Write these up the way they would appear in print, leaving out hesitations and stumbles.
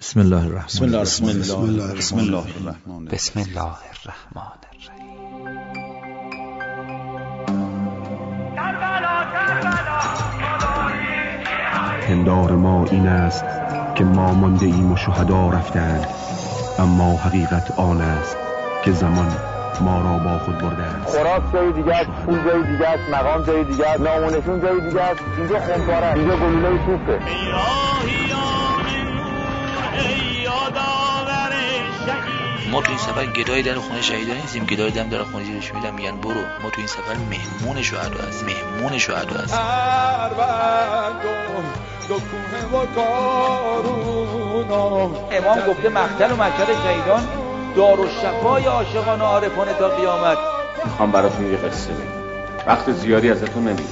بسم الله الرحمن الرحیم. بسم الله الرحمن الرحیم. پندار ما این است که ما مانده ایم و شهدا رفتند، اما حقیقت آن است که زمان ما را با خود برده است. خوراک جای دیگه است، پول جای دیگه است، مقام جای دیگه است، نامونشون جای دیگه است. اینجا خمپاره، اینجا گلوله توپه. ما تو این سفر گدای در خونه شهیدا نیستیم، گدای دم در خونه زیرش میدم میگن برو. ما تو این سفر مهمون شهدا هستیم، مهمون شهدا هستیم. امام گفته مقتل و مشهد شهیدان دارالشفای عاشقان و عارفان تا قیامت. میخوام براتون یه قصه بگم، وقت زیادی ازتون نمیگیرم.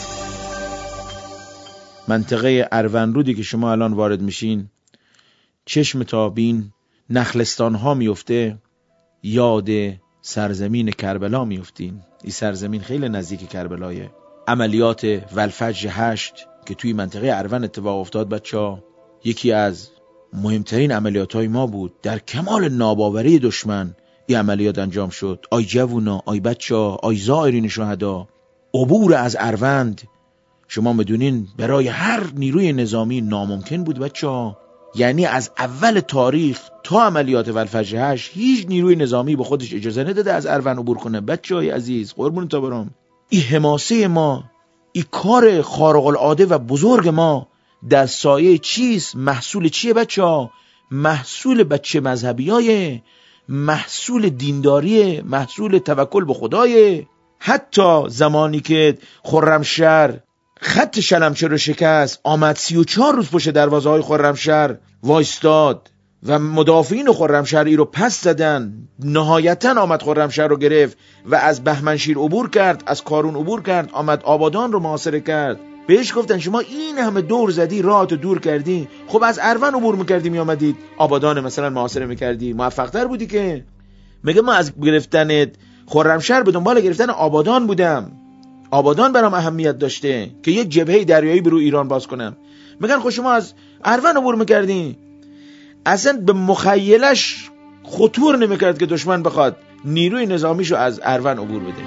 منطقه اروندرودی که شما الان وارد میشین، چشم تابین نخلستان ها میفته، یاد سرزمین کربلا میفتین. این سرزمین خیلی نزدیک کربلایه. عملیات ولفجر 8 که توی منطقه اروند اتفاق افتاد بچه‌ها، یکی از مهمترین عملیات های ما بود. در کمال ناباوری دشمن این عملیات انجام شد. آی جوونا، آی بچه‌ها، آی زائرین شهدا، عبور از اروند شما میدونین برای هر نیروی نظامی ناممکن بود بچه‌ها. یعنی از اول تاریخ تا عملیات ولفجر 8 هیچ نیروی نظامی به خودش اجازه نداده از اروند عبور کنه. بچه‌های عزیز، قربون تا برام، این حماسه ما، این کار خارق العاده و بزرگ ما در سایه چیست؟ محصول چیه بچه‌ها؟ محصول بچه مذهبیای، محصول دینداریه، محصول توکل به خدایه. حتی زمانی که خرمشهر خط شلمچه رو شکست، آمد 34 روز پشت دروازه های خرمشهر وایستاد و مدافعین خرمشهری رو پس زدن. نهایتا آمد خرمشهر رو گرفت و از بهمنشیر عبور کرد، از کارون عبور کرد، آمد آبادان رو محاصره کرد. بهش گفتن شما این همه دور زدی، راهتو دور کردی، خب از اروند عبور میکردی میامدید آبادان مثلا محاصره میکردی، موفق‌تر بودی. که میگه ما از گرفتن خرمشهر به دنبال گرفتن آبادان بودم. آبادان برام اهمیت داشته که یک جبهه دریایی برو ایران باز کنم. میگن خب شما از اروند عبور میکردی. اصلا به مخیلش خطور نمیکرد که دشمن بخواد نیروی نظامیشو از اروند عبور بده.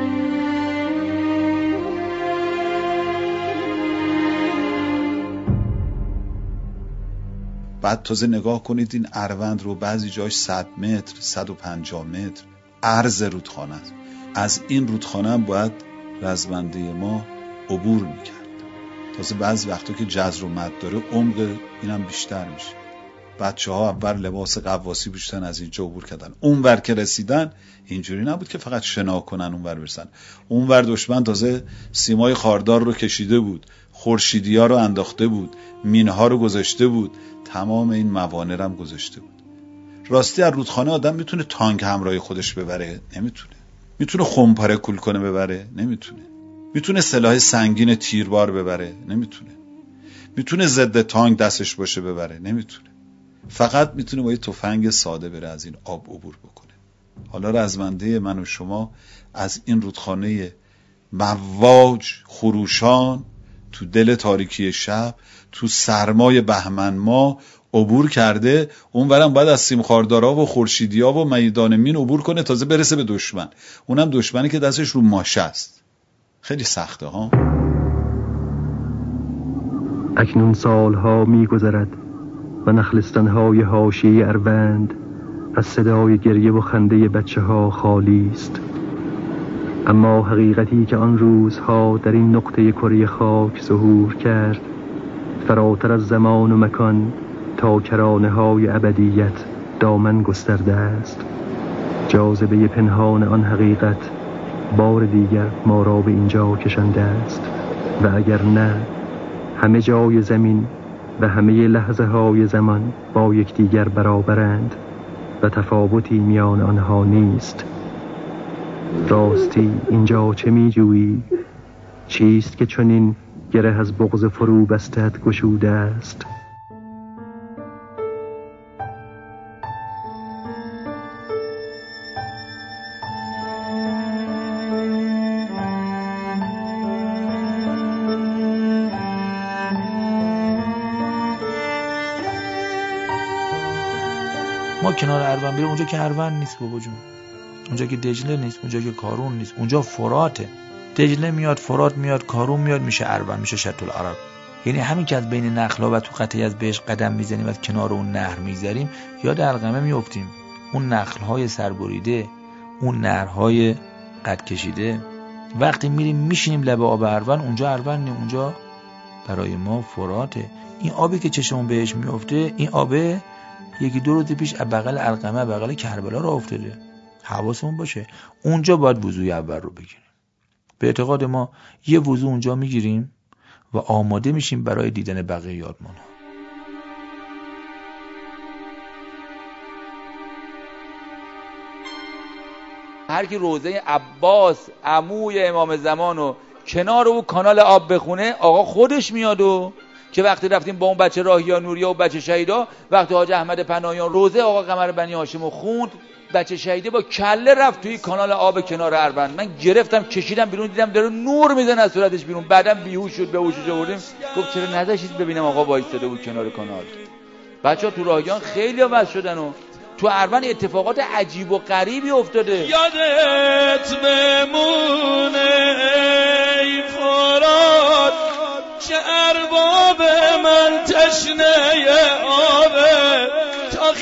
بعد تازه نگاه کنید این اروند رو، بعضی جاش 100 متر 150 متر عرض رودخانه است. از این رودخانه هم باید رزمنده ما عبور میکرد. تازه بعضی وقتا که جزر و مد داره عمق اینم بیشتر میشه. بچه ها اول لباس قواسی پوشیدن از اینجا عبور کردن. اونور که رسیدن اینجوری نبود که فقط شنا کنن اونور برسن. اونور دشمن تازه سیمای خاردار رو کشیده بود، خورشیدی ها رو انداخته بود، مینه ها رو گذاشته بود، تمام این موانع رو هم گذاشته بود. راستی از رودخانه آدم میتونه تانک همراه خودش ببره؟ نمیتونه. میتونه خمپاره کول کنه ببره؟ نمیتونه. میتونه سلاح سنگین تیربار ببره؟ نمیتونه. میتونه ضد تانک دستش باشه ببره؟ نمیتونه. فقط میتونه با یه تفنگ ساده بره از این آب عبور بکنه. حالا رزمنده من و شما از این رودخانه مواج خروشان تو دل تاریکی شب، تو سرمای بهمن ماه عبور کرده. اونورم باید از سیمخاردارا و خورشیدیا و میدان مین عبور کنه تازه برسه به دشمن. اونم دشمنی که دستش رو ماشه است. خیلی سخته ها. اکنون سالها می گذرد و نخلستانهای حاشیه اروند از صدای گریه و خنده بچه ها خالی است. اما حقیقتی که آن روزها در این نقطه کره خاک ظهور کرد فراتر از زمان و مکان تا کرانه های ابدیت دامن گسترده است. جاذبه پنهان آن حقیقت بار دیگر ما را به اینجا کشنده است و اگر نه همه جای زمین و همه لحظه های زمان با یکدیگر برابرند و تفاوتی میان آنها نیست. راستی اینجا چه می جویی؟ چیست که چنین گره از بغض فرو بستت گشوده است؟ ما کنار اروند بریم، اونجا که اروند نیست بابا جون، اونجا که دجله نیست، اونجا که کارون نیست، اونجا فراته. دجله میاد، فرات میاد، کارون میاد، میشه اروند، میشه شط العرب. یعنی همین که از بین نخلا و تو قطعی از بهش قدم میزنیم و از کنار اون نهر میگذریم، یاد علقمه میافتیم. اون نخلهای سربریده، اون نهرهای قد کشیده، وقتی میریم میشینیم لب آب اروند، اونجا اروند نه، اونجا برای ما فراته. این آبی که چشمون بهش میفته، این آبه یکی دو روز پیش بغل علقمه، بغل کربلا را افتاده. حواسمون باشه اونجا باید وضوی اول رو بگیریم. به اعتقاد ما یه وضو اونجا میگیریم و آماده میشیم برای دیدن بقیه یادمان ها. هر کی روزه عباس عموی امام زمان و کنار او کانال آب بخونه، آقا خودش میاد. و که وقتی رفتیم با اون بچه راهیا نوریا و بچه شهیدا، وقتی حاج احمد پناهیان روزه آقا قمر بنی هاشم رو خوند، بچه شهیده با کله رفت توی کانال آب کنار اروند. من گرفتم کشیدم بیرون، دیدم داره نور میزنه از صورتش بیرون. بعدم بیهوش شد، به هوشش آوردیم. گفت چرا نذاشتید ببینم آقا وایساده بود کنار کانال. بچه‌ها تو راهیان خیلی واسه شدن و تو اروند اتفاقات عجیب و غریبی افتاده. یادت بمونه ای فرات که ارباب من تشنه آبه، تا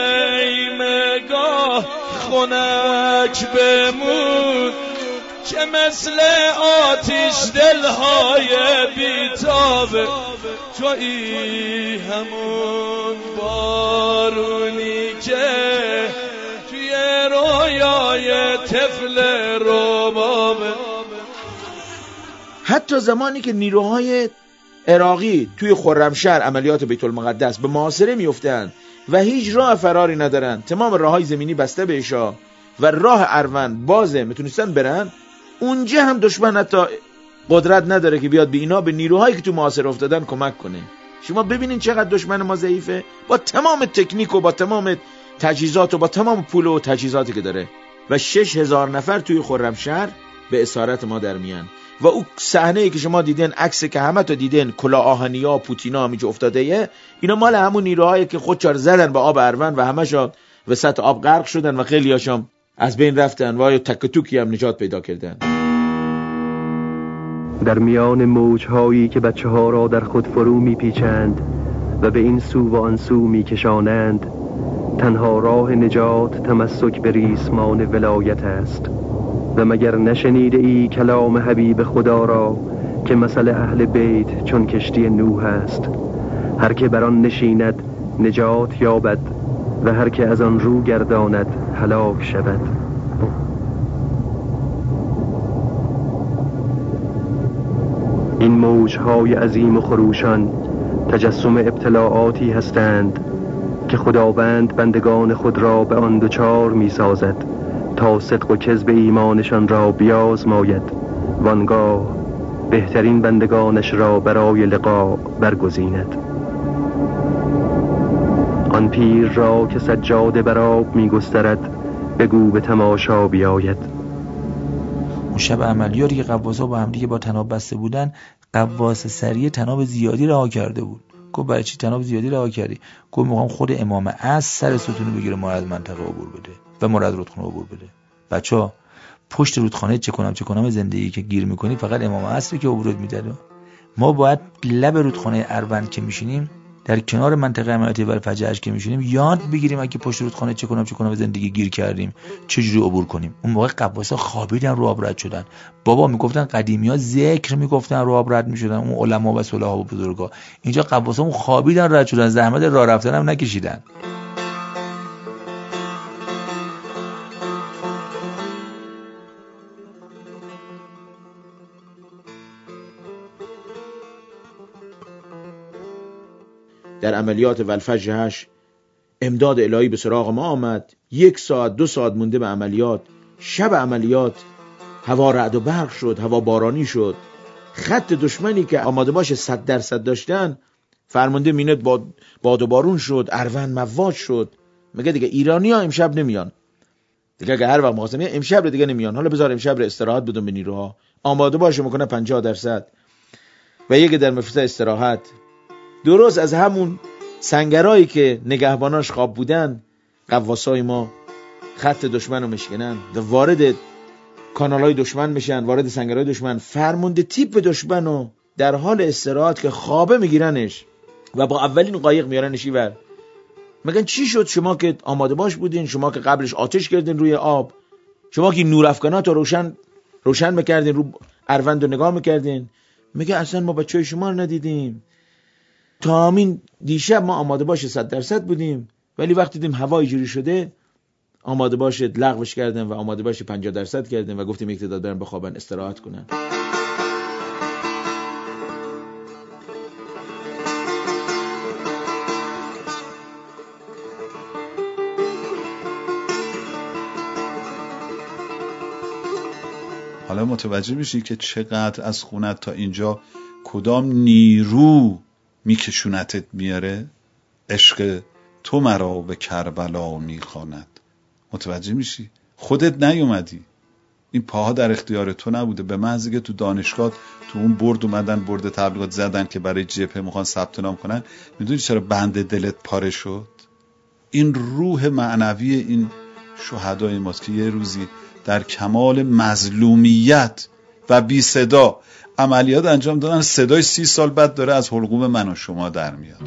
خیمگاه خنک بمون که مثل آتش دلهای بیتابه. تویی همون بارونی که توی رویای طفل ربابه. حتی زمانی که نیروهای عراقی توی خرمشهر عملیات بیت المقدس به محاصره میافتند و هیچ راه فراری ندارن، تمام راههای زمینی بسته بهشا و راه اروند بازه، میتونستن برن، اونجا هم دشمن حتی قدرت نداره که بیاد به اینا، به نیروهایی که تو محاصره افتادن کمک کنه. شما ببینین چقدر دشمن ما ضعیفه، با تمام تکنیک و با تمام تجهیزات و با تمام پول و تجهیزاتی که داره. و 6000 نفر توی خرمشهر به اسارت ما در میان. و اون صحنه‌ای که شما دیدین، عکسی که همه تا دیدین، کلاه آهنیا، پوتینا همینجا افتاده، اینا مال همون نیروهایی که خودشار زدن به آب اروند و همشون وسط آب غرق شدن و خیلی هاشون از بین رفتن و یا تک توکی هم نجات پیدا کردن. در میان موجهایی که بچه ها را در خود فرو می پیچند و به این سو و آن سو می کشانند، تنها راه نجات تمسک به ریسمان ولایت است. و مگر نشنیده ای کلام حبیب خدا را که مثل اهل بیت چون کشتی نوح است، هر که بر آن نشیند نجات یابد و هر که از آن رو گرداند هلاک شود. این موجهای عظیم و خروشان تجسم ابتلاعاتی هستند که خداوند بندگان خود را به آن دچار می سازد تا صدق و کذب ایمانشان را بیازماید، وانگاه بهترین بندگانش را برای لقاء برگزیند. آن پیر را که سجاده بر آب می گسترد، بگو به تماشا بیاید. اون شب عملیاتی که قواسا با هم دیگه با تناب بسته بودن، قواس سریع تناب زیادی رها کرده بود. گفت برای چی تناب زیادی رها کردی؟ گفت میخوام خود امام عصر سر ستونو بگیره، ما از منطقه عبور بده و ما از رودخانه عبور بده. بچا پشت رودخانه چه کنم زندگی که گیر میکنی فقط امام عصری که عبورت میده. ما باید لب رودخانه اروند که میشینیم، در کنار منطقه عملیاتی والفجر که میشینیم، یاد بگیریم اگه پشت رودخانه چه کنم زندگی گیر کردیم چجوری عبور کنیم. اون موقع قواسا خوابیدن، رو آب رد شدن. بابا میگفتن قدیمی‌ها ذکر میگفتن، رو آب رد میشدن، اون علما و صلاح و بزرگا. اینجا قواسا اون خوابیدن، رد شدن، زحمت راه رفتن هم نکشیدن. در عملیات والفجر امداد الهی به سراغ ما آمد. 1 ساعت 2 ساعت مونده به عملیات، شب عملیات هوا رعد و برق شد، هوا بارانی شد. خط دشمنی که آماده باشه 100% داشتن، فرمانده مینت باد و بارون شد، اروند مواج شد. میگه دیگه ایرانی‌ها امشب نمیان دیگه، اگه هر وقت مخواستن امشب رو دیگه نمیان، حالا بذار امشب رو استراحت بدون به نیروها، آماده باشه میکنه 50% و یک در مفصل استراحت. درست از همون سنگرایی که نگهباناش خواب بودن، قواسای ما خط دشمن رو مشکنن، وارد کانالای دشمن میشن، وارد سنگرهای دشمن، فرمانده تیپ دشمن رو در حال استراحت که خوابه میگیرنش و با اولین قایق میارنش اینور. میگن چی شد؟ شما که آماده باش بودین، شما که قبلش آتش کردین روی آب، شما که نورافکنات رو روشن میکردین، رو اروند رو نگاه میکردین. میگه اصلا ما بچهای شما رو ندیدیم، تا همین دیشب ما آماده باش 100% بودیم، ولی وقتی دیدیم هوا اینجوری شده آماده باش لغوش کردن و آماده باش 50% کردن و گفتیم یک تعداد برن بخوابن استراحت کنن. حالا متوجه میشی که چقدر از خونت تا اینجا کدام نیرو میکشونتت میاره؟ عشق تو مرا به کربلا میخواند. متوجه میشی؟ خودت نیومدی، این پاها در اختیار تو نبوده. به محضی که تو دانشگاه تو اون برد اومدن، برد تبلیغات زدن که برای جبهه میخوان ثبت نام کنن، میدونی چرا بند دلت پاره شد؟ این روح معنوی این شهدای ماست که یه روزی در کمال مظلومیت و بی صدا عملیات انجام دادن، صدای 30 سال بعد داره از حلقوم من و شما در میاد.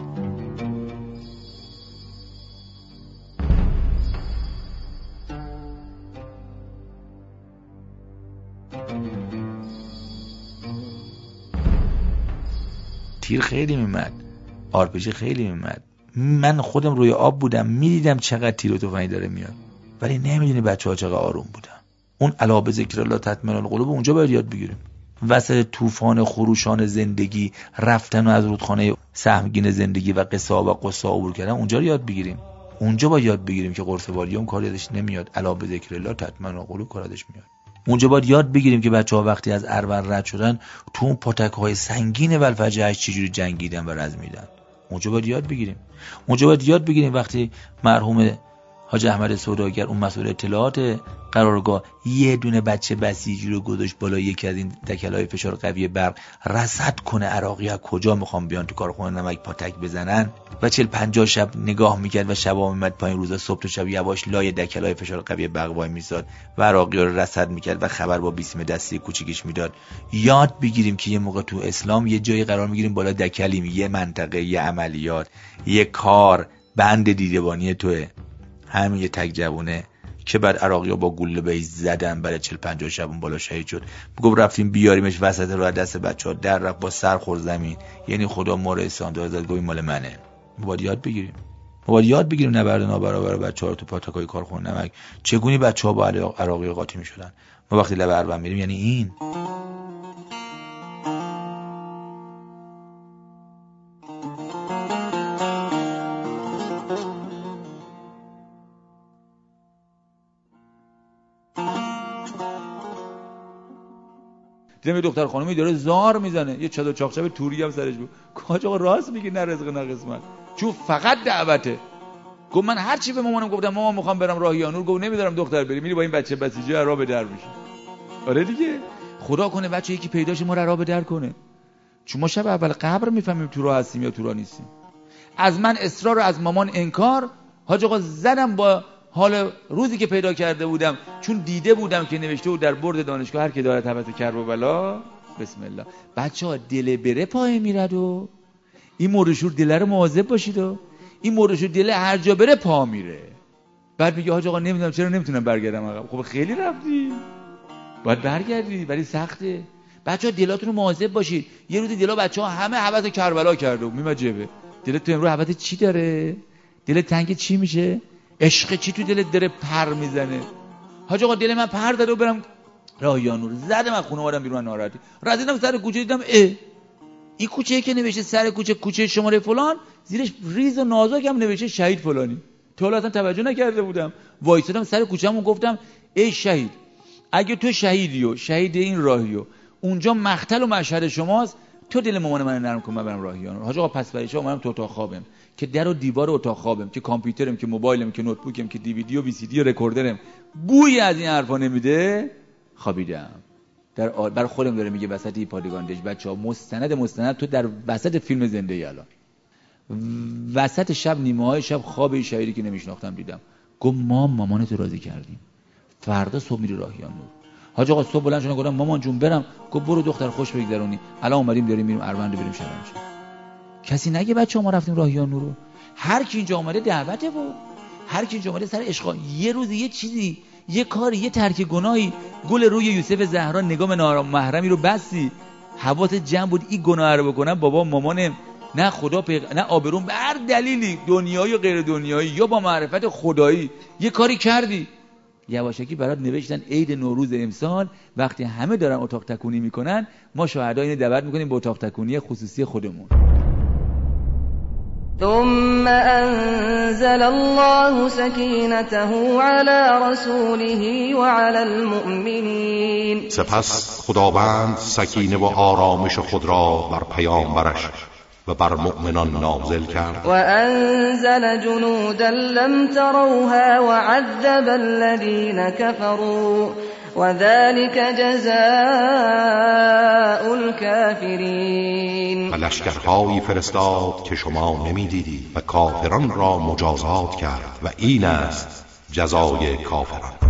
تیر خیلی میمد، آرپیجی خیلی میمد. من خودم روی آب بودم، میدیدم چقدر تیر و تفنگ داره میاد، ولی نمیدونی بچه‌ها چقدر آروم بودن. اون علا به ذکر الله تطمئن القلوب اونجا باید یاد بگیریم. وسط طوفان خروشان زندگی رفتن و از رودخانه سهمگین زندگی و قصا و قصا عبور کردن اونجا رو یاد بگیریم. اونجا باید یاد بگیریم که قرص والیوم کار یادش نمیاد، علا به ذکر الله تطمئن القلوب کار یادش میاد. اونجا باید یاد بگیریم که بچه‌ها وقتی از اروند رد شدن تو اون پاتک‌های سنگین ولفجر چجوری جنگیدن و رزمیدن. اونجا باید یاد بگیریم. اونجا باید یاد بگیریم وقتی مرحوم حاج احمد سوداگر اون مسئول اطلاعات قرارگاه یه دونه بچه بسیجی رو گذاشت بالا یکی از این دکلای فشار قوی برق رصد کنه عراقی ها کجا میخوام بیان تو کارخونه نمک پاتک بزنن و 40-50 شب نگاه میکرد و شبا میمد پایین، روزا صبح تا شب یواش لای دکلای فشار قوی برق وای میساد و عراقی ها رو رصد میکرد و خبر با بیسیم دستی کوچیکش میداد. یاد بگیریم که یه موقع تو اسلام یه جایی قرار میگیریم بالا دکلیم، یه منطقه، یه عملیات، یه کار، بند دیدبانی توه. همین یه تک جوونه که بعد عراقی‌ها با گلوله بهش زدن، برای 40-50 شب اون بالا شهید شد. میگم رفتیم بیاریمش وسط راه، دست بچه‌ها در رفت با سر خورد زمین. یعنی خدا ما رو احسان داد، گوی مال منه. ما باید یاد بگیریم. ما باید یاد بگیریم نبرد نابرابر بچه‌ها رو تو پاتکای کارخونه نمک چگونه بچه‌ها با عراقی قاطی می‌شدن. ما وقتی لب اروند میریم یعنی این. دیدم یه دختر خانومی داره زار میزنه، یه چادر چاقچاق توری هم سرش بود. کاج آقا راست میگه، نه رزق نه قسمت، چون فقط دعوته. گفت من هر چی به مامانم گفتم مامان میخوام برم راهیانور، گفت نمیذارم دختر بری، میری با این بچه بسیجی راه به در میشه. آره دیگه، خدا کنه بچه یکی پیداش ما راه به در کنه، چون ما شب اول قبر میفهمیم تو راه هستیم یا تو راه نیستیم. از من اصرار و از مامان انکار. حاج آقا زدم با حال روزی که پیدا کرده بودم، چون دیده بودم که نوشته بود در برد دانشگاه هر کی دارد هبت کرب و بلا بسم الله. بچه‌ها دل بره پای میرد و این مردشور دل رو مواظب باشید و این مردشور دل هر جا بره پا میره. بعد میگه حاج آقا نمیدونم چرا نمیتونم برگردم عقب. خب خیلی رفتی، باید برگردی ولی سخته. بچه‌ها دلاتون رو مواظب باشید. یه روزی دلا بچه‌ها همه هبت کربلا کرده و میمد جبه. دلت تو امروز هبت چی داره؟ دلت تنگ چی میشه؟ عشق چی تو دلت داره پر میزنه؟ حاج آقا دل من پر داره و برم راهیانور. زدم از خونه اومدم بیرون ناراحتی. رسیدم سر کوچه دیدم این کوچه‌ای که نوشته سر کوچه شماره فلان، زیرش ریز و نازک هم نوشته شهید فلانی. تو اصلا توجه نکرده بودم. وایسادم سر کوچه‌مون گفتم ای شهید، اگه تو شهیدی و شهید این راهی و اونجا مقتل و مشهد شماست، تو دل مامان من نرم کن من برم راهیانور. حاج آقا پس بریشا اومدم تو اتاق خوابم که در و دیوار اتاق خوابم که کامپیوترم که موبایلم که نوتبوکم که دیویدی و وی سی دی و رکوردرم بوی از این حرفا نمیده. خوابیدم. بر خودم داره میگه وسط این پادگان دژ بچه‌ها مستند تو در وسط فیلم زنده ای. الان وسط شب نیمه های شب خواب این شهیدی که نمیشناختم دیدم. گفت ما مامانتو راضی کردیم، فردا صبح میری راهیان نور. حاج آقا صبح بلند شدن گفتم مامان جون برم، گفت برو دختر خوش بگذرونی، الان اومدیم داریم میریم اروند بریم شرمشه. کسی نگه بچه‌ها ما رفتیم راهیان نور رو. هر کی اینجا اومده دعوته بود، هر کی اینجا اومده سر عشق. یه روز یه چیزی، یه کاری، یه ترک گناهی، گل روی یوسف زهرا نگاه نامحرمی رو بسی، حواست جمع بود این گناه رو بکنم، بابا مامان نه خدا نه آبرون، به هر دلیلی دنیایی و غیر دنیایی یا با معرفت خدایی یه کاری کردی، یواشکی برات نوشتن عید نوروز امسال وقتی همه دارن اتاق تکونی میکنن، ما شهدا اینو دعوت میکنیم به اتاق تکونی خصوصی خودمون. ثم أنزل الله سكينته على رسوله وعلى المؤمنين. سپس خداوند سکینه و آرامش خود را بر پیامبرش و بر مؤمنان نازل کرد. و انزل جنودا لم تروها وعذب الذين كفروا وذلك جزاء الكافرین. و لشکرهایی فرستاد که شما نمی‌دیدید و کافران را مجازات کرد و این است جزای کافران.